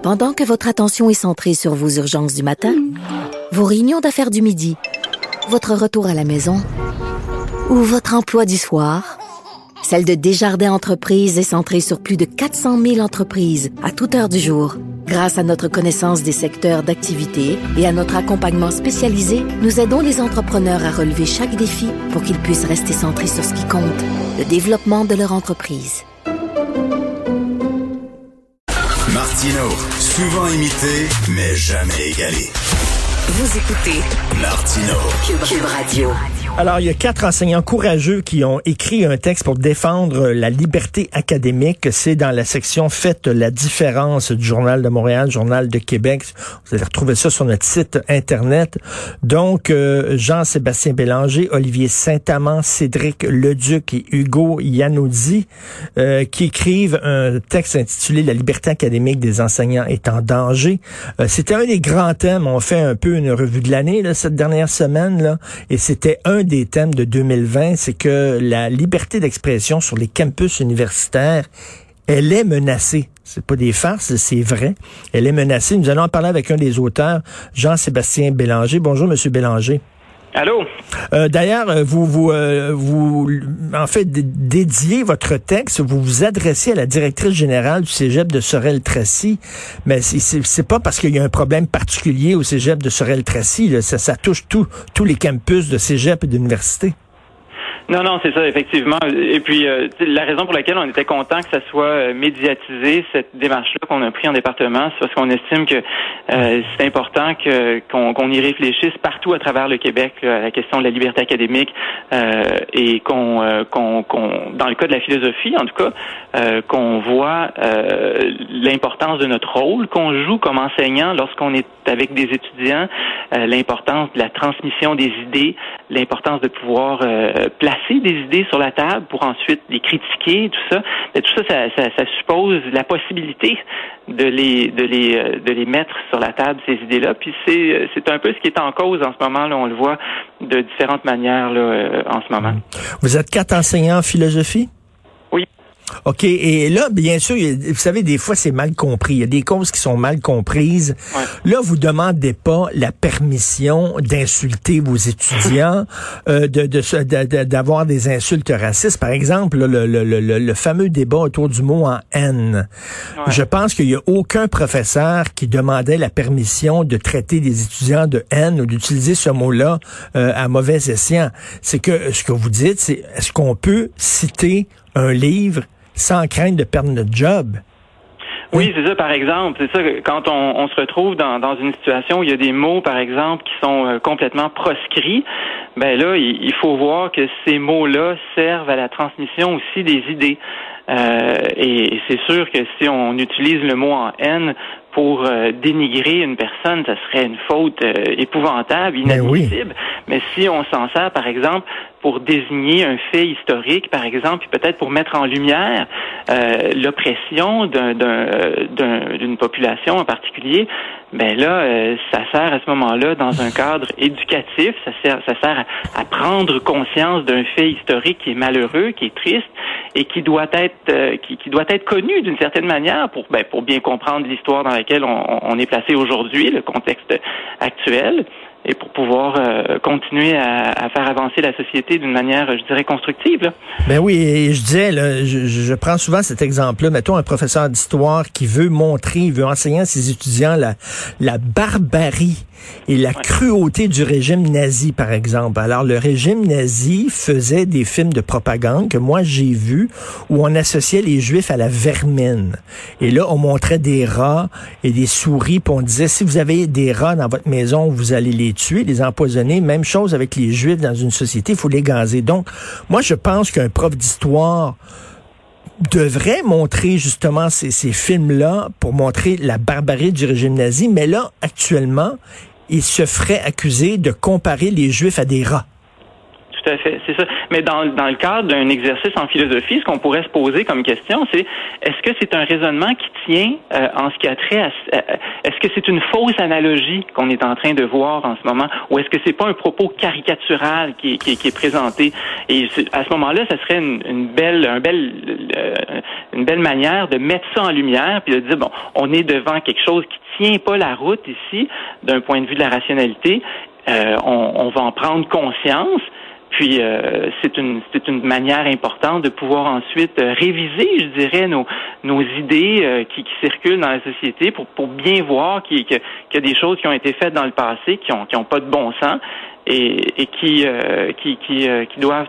Pendant que votre attention est centrée sur vos urgences du matin, vos réunions d'affaires du midi, votre retour à la maison ou votre emploi du soir, celle de Desjardins Entreprises est centrée sur plus de 400 000 entreprises à toute heure du jour. Grâce à notre connaissance des secteurs d'activité et à notre accompagnement spécialisé, nous aidons les entrepreneurs à relever chaque défi pour qu'ils puissent rester centrés sur ce qui compte, le développement de leur entreprise. Martino, souvent imité, mais jamais égalé. Vous écoutez Martino, Cube Radio. Alors, il y a 4 enseignants courageux qui ont écrit un texte pour défendre la liberté académique. C'est dans la section Faites la différence du Journal de Montréal, Journal de Québec. Vous allez retrouver ça sur notre site Internet. Donc, Jean-Sébastien Bélanger, Olivier Saint-Amand, Cédric Leduc et Hugo Yanoudi, qui écrivent un texte intitulé « La liberté académique des enseignants est en danger ». C'était un des grands thèmes. On fait un peu une revue de l'année là, cette dernière semaine, là, et c'était un des thèmes de 2020, c'est que la liberté d'expression sur les campus universitaires, elle est menacée. C'est pas des farces, c'est vrai. Elle est menacée. Nous allons en parler avec un des auteurs, Jean-Sébastien Bélanger. Bonjour, Monsieur Bélanger. Allô? D'ailleurs, vous en fait, dédiez votre texte, vous vous adressez à la directrice générale du Cégep de Sorel-Tracy, mais c'est pas parce qu'il y a un problème particulier au Cégep de Sorel-Tracy, là, ça touche tous les campus de Cégep et d'université. Non, c'est ça, effectivement. Et puis, la raison pour laquelle on était content que ça soit médiatisé, cette démarche-là qu'on a pris en département, c'est parce qu'on estime que c'est important qu'on y réfléchisse partout à travers le Québec là, à la question de la liberté académique et qu'on dans le cas de la philosophie, en tout cas, qu'on voit l'importance de notre rôle, qu'on joue comme enseignant lorsqu'on est avec des étudiants, l'importance de la transmission des idées, l'importance de pouvoir placer des idées sur la table pour ensuite les critiquer, tout ça. Mais tout ça, ça suppose la possibilité de les mettre sur la table, ces idées-là. Puis c'est un peu ce qui est en cause en ce moment. Là, on le voit de différentes manières là, en ce moment. Vous êtes 4 enseignants en philosophie? Oui. OK. Et là, bien sûr, vous savez, des fois, c'est mal compris. Il y a des causes qui sont mal comprises. Ouais. Là, vous demandez pas la permission d'insulter vos étudiants, d'avoir des insultes racistes. Par exemple, là, le fameux débat autour du mot en haine. Ouais. Je pense qu'il y a aucun professeur qui demandait la permission de traiter des étudiants de haine ou d'utiliser ce mot-là à mauvais escient. C'est que ce que vous dites, c'est est-ce qu'on peut citer un livre sans crainte de perdre notre job? Oui, c'est ça, par exemple. C'est ça, quand on se retrouve dans une situation où il y a des mots, par exemple, qui sont complètement proscrits, ben là, il faut voir que ces mots-là servent à la transmission aussi des idées. Et c'est sûr que si on utilise le mot en haine pour dénigrer une personne, ça serait une faute épouvantable, inadmissible. Mais si on s'en sert, par exemple, pour désigner un fait historique, par exemple, puis peut-être pour mettre en lumière l'oppression d'une population en particulier, ben là, ça sert à ce moment-là dans un cadre éducatif, ça sert à prendre conscience d'un fait historique qui est malheureux, qui est triste et qui doit être connu d'une certaine manière pour bien comprendre l'histoire dans laquelle on est placé aujourd'hui, le contexte actuel. Et pour pouvoir continuer à faire avancer la société d'une manière, je dirais, constructive. Là. Ben oui, et je disais, là, je prends souvent cet exemple-là. Mettons un professeur d'histoire qui veut enseigner à ses étudiants la barbarie et la cruauté du régime nazi, par exemple. Alors, le régime nazi faisait des films de propagande que moi j'ai vus où on associait les Juifs à la vermine. Et là, on montrait des rats et des souris, puis on disait, si vous avez des rats dans votre maison, vous allez les tuer, les empoisonner. Même chose avec les Juifs dans une société, il faut les gazer. Donc, moi, je pense qu'un prof d'histoire devrait montrer justement ces films-là pour montrer la barbarie du régime nazi. Mais là, actuellement, il se ferait accuser de comparer les Juifs à des rats. tout à fait, c'est ça. Mais dans le cadre d'un exercice en philosophie, ce qu'on pourrait se poser comme question, c'est est-ce que c'est un raisonnement qui tient en ce qui a trait à est-ce que c'est une fausse analogie qu'on est en train de voir en ce moment, ou est-ce que c'est pas un propos caricatural qui est présenté? Et à ce moment-là, ça serait une belle manière de mettre ça en lumière, puis de dire bon, on est devant quelque chose qui tient pas la route ici, d'un point de vue de la rationalité. On va en prendre conscience. Puis c'est une manière importante de pouvoir ensuite réviser, je dirais, nos idées qui circulent dans la société pour bien voir qu'il y a des choses qui ont été faites dans le passé qui ont pas de bon sens et qui doivent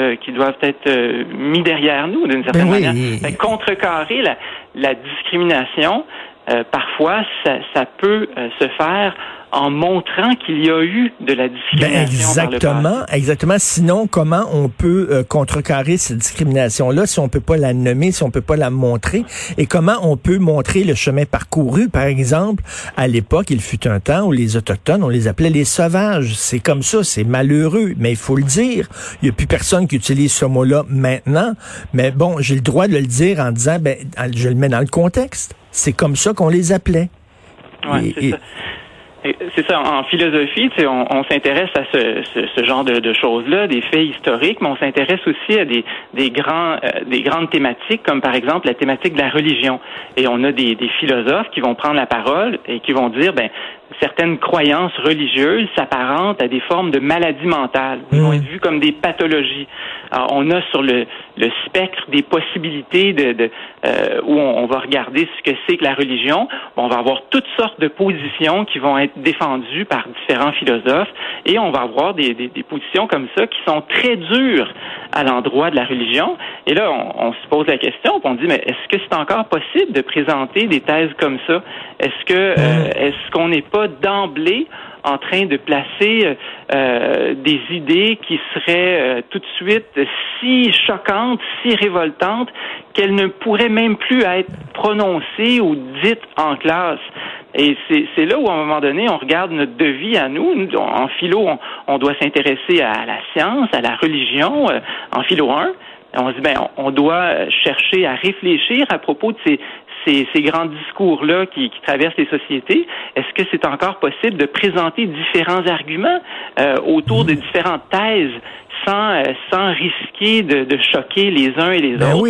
être mis derrière nous d'une certaine manière. Fait, contrecarrer la discrimination, parfois ça peut se faire en montrant qu'il y a eu de la discrimination. Exactement. Sinon, comment on peut contrecarrer cette discrimination-là si on peut pas la nommer, si on peut pas la montrer? Et comment on peut montrer le chemin parcouru? Par exemple, à l'époque, il fut un temps où les Autochtones, on les appelait les sauvages. C'est comme ça, c'est malheureux, mais il faut le dire. Il n'y a plus personne qui utilise ce mot-là maintenant. Mais bon, j'ai le droit de le dire en disant, je le mets dans le contexte. C'est comme ça qu'on les appelait. Oui, c'est ça. C'est ça, en philosophie, on s'intéresse à ce genre de choses-là, des faits historiques, mais on s'intéresse aussi à des grandes thématiques, comme par exemple la thématique de la religion. Et on a des philosophes qui vont prendre la parole et qui vont dire, certaines croyances religieuses s'apparentent à des formes de maladies mentales, qui vont être vues comme des pathologies. Alors, on a sur le spectre des possibilités où on va regarder ce que c'est que la religion. On va avoir toutes sortes de positions qui vont être défendues par différents philosophes et on va avoir des positions comme ça qui sont très dures à l'endroit de la religion. Et là, on se pose la question, on dit, mais est-ce que c'est encore possible de présenter des thèses comme ça? Est-ce qu'on n'est pas d'emblée en train de placer des idées qui seraient tout de suite si choquantes, si révoltantes, qu'elles ne pourraient même plus être prononcées ou dites en classe? Et c'est là où, à un moment donné, on regarde notre devis à nous. En philo, on doit s'intéresser à la science, à la religion, en philo 1. On se dit, on doit chercher à réfléchir à propos de ces grands discours-là qui traversent les sociétés. Est-ce que c'est encore possible de présenter différents arguments autour de différentes thèses sans risquer de choquer les uns et les autres?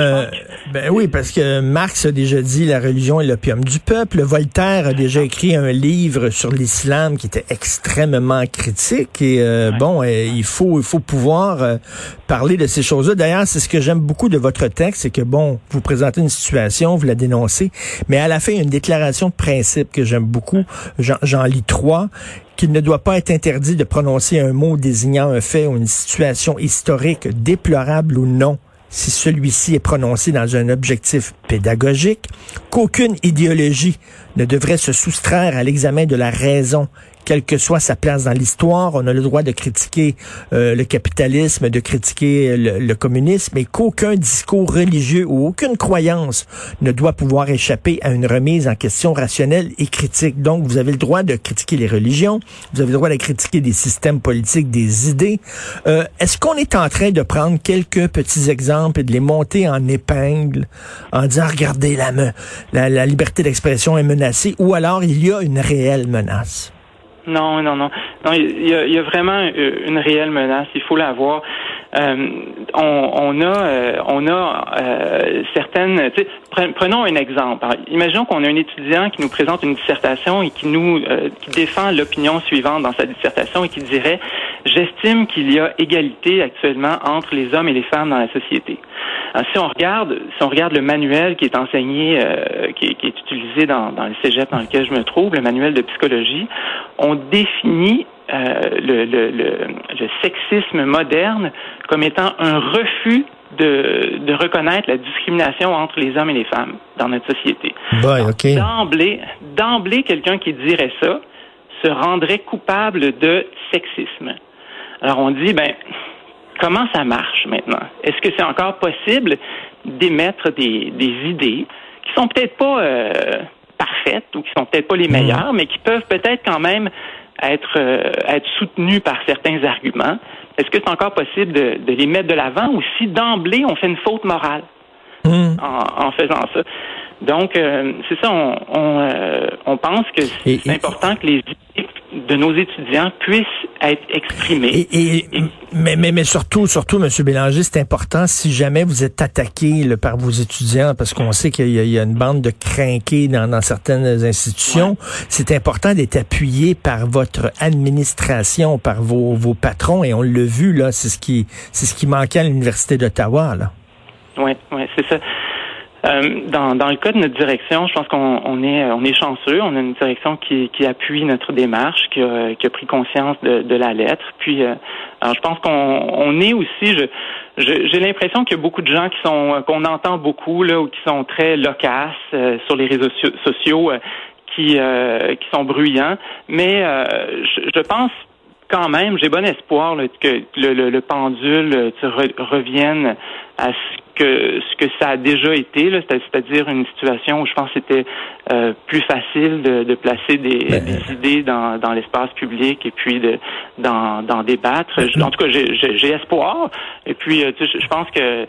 Oui, parce que Marx a déjà dit la religion est l'opium du peuple. Voltaire a déjà écrit un livre sur l'islam qui était extrêmement critique et il faut pouvoir parler de ces choses-là. D'ailleurs, c'est ce que j'aime beaucoup de votre texte, c'est que vous présentez une situation, vous la dénoncez, mais à la fin, il y a une déclaration de principe que j'aime beaucoup. J'en lis 3. Qu'il ne doit pas être interdit de prononcer un mot désignant un fait ou une situation historique, déplorable ou non, si celui-ci est prononcé dans un objectif pédagogique, qu'aucune idéologie ne devrait se soustraire à l'examen de la raison, quelle que soit sa place dans l'histoire. On a le droit de critiquer le capitalisme, de critiquer le communisme, mais qu'aucun discours religieux ou aucune croyance ne doit pouvoir échapper à une remise en question rationnelle et critique. Donc, vous avez le droit de critiquer les religions, vous avez le droit de critiquer des systèmes politiques, des idées. Est-ce qu'on est en train de prendre quelques petits exemples et de les monter en épingle en disant, regardez, la liberté d'expression est menacée, ou alors il y a une réelle menace? Non, il y a vraiment une réelle menace. Il faut la voir. On a certaines. Prenons un exemple. Alors, imaginons qu'on a un étudiant qui nous présente une dissertation et qui défend l'opinion suivante dans sa dissertation et qui dirait: j'estime qu'il y a égalité actuellement entre les hommes et les femmes dans la société. Alors, si on regarde le manuel qui est enseigné, qui est utilisé dans le cégep dans lequel je me trouve, le manuel de psychologie, on définit le sexisme moderne comme étant un refus de reconnaître la discrimination entre les hommes et les femmes dans notre société. Okay. D'emblée, quelqu'un qui dirait ça se rendrait coupable de sexisme. Alors on dit, comment ça marche maintenant? Est-ce que c'est encore possible d'émettre des idées qui sont peut-être pas parfaites ou qui sont peut-être pas les meilleures, mais qui peuvent peut-être quand même être soutenus par certains arguments, est-ce que c'est encore possible de les mettre de l'avant ou si d'emblée on fait une faute morale en faisant ça? Donc, c'est ça, on pense que c'est important que les idées de nos étudiants puissent être exprimées. Mais surtout, M. Bélanger, c'est important si jamais vous êtes attaqué par vos étudiants, parce qu'on sait qu'il y a une bande de crinqués dans certaines institutions, ouais. C'est important d'être appuyé par votre administration, par vos patrons, et on l'a vu, là, c'est ce qui manquait à l'Université d'Ottawa, là. Oui, c'est ça. Dans le cas de notre direction, je pense qu'on est chanceux. On a une direction qui appuie notre démarche, qui a pris conscience de la lettre. Puis, alors je pense qu'on est aussi. J'ai l'impression qu'il y a beaucoup de gens qu'on entend beaucoup là, ou qui sont très loquaces sur les réseaux sociaux, qui sont bruyants. Mais je pense quand même, j'ai bon espoir là, que le pendule revienne à ce que ça a déjà été, là, c'est-à-dire une situation où je pense que c'était plus facile de placer des idées dans l'espace public et puis d'en débattre. En tout cas, j'ai espoir. Et puis, je pense que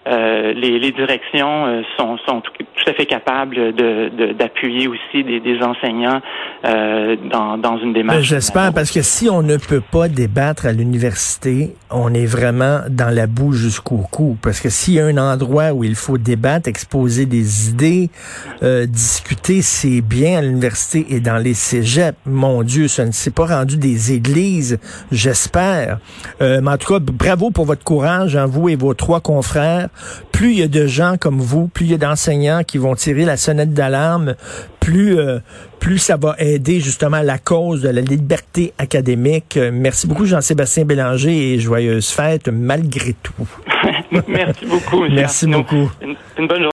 les directions sont tout à fait capables d'appuyer aussi des enseignants dans une démarche. J'espère, parce que si on ne peut pas débattre à l'université, on est vraiment dans la boue jusqu'au cou. Parce que s'il y a un endroit où il faut débattre, exposer des idées, discuter, c'est bien à l'université et dans les cégeps. Mon Dieu, ça ne s'est pas rendu des églises, j'espère. Mais en tout cas, bravo pour votre courage, hein, vous et vos 3 confrères. Plus il y a de gens comme vous, plus il y a d'enseignants qui vont tirer la sonnette d'alarme, plus ça va aider justement la cause de la liberté académique. Merci beaucoup, Jean-Sébastien Bélanger, et joyeuses fêtes malgré tout. Merci beaucoup, M. Merci beaucoup. Une bonne journée.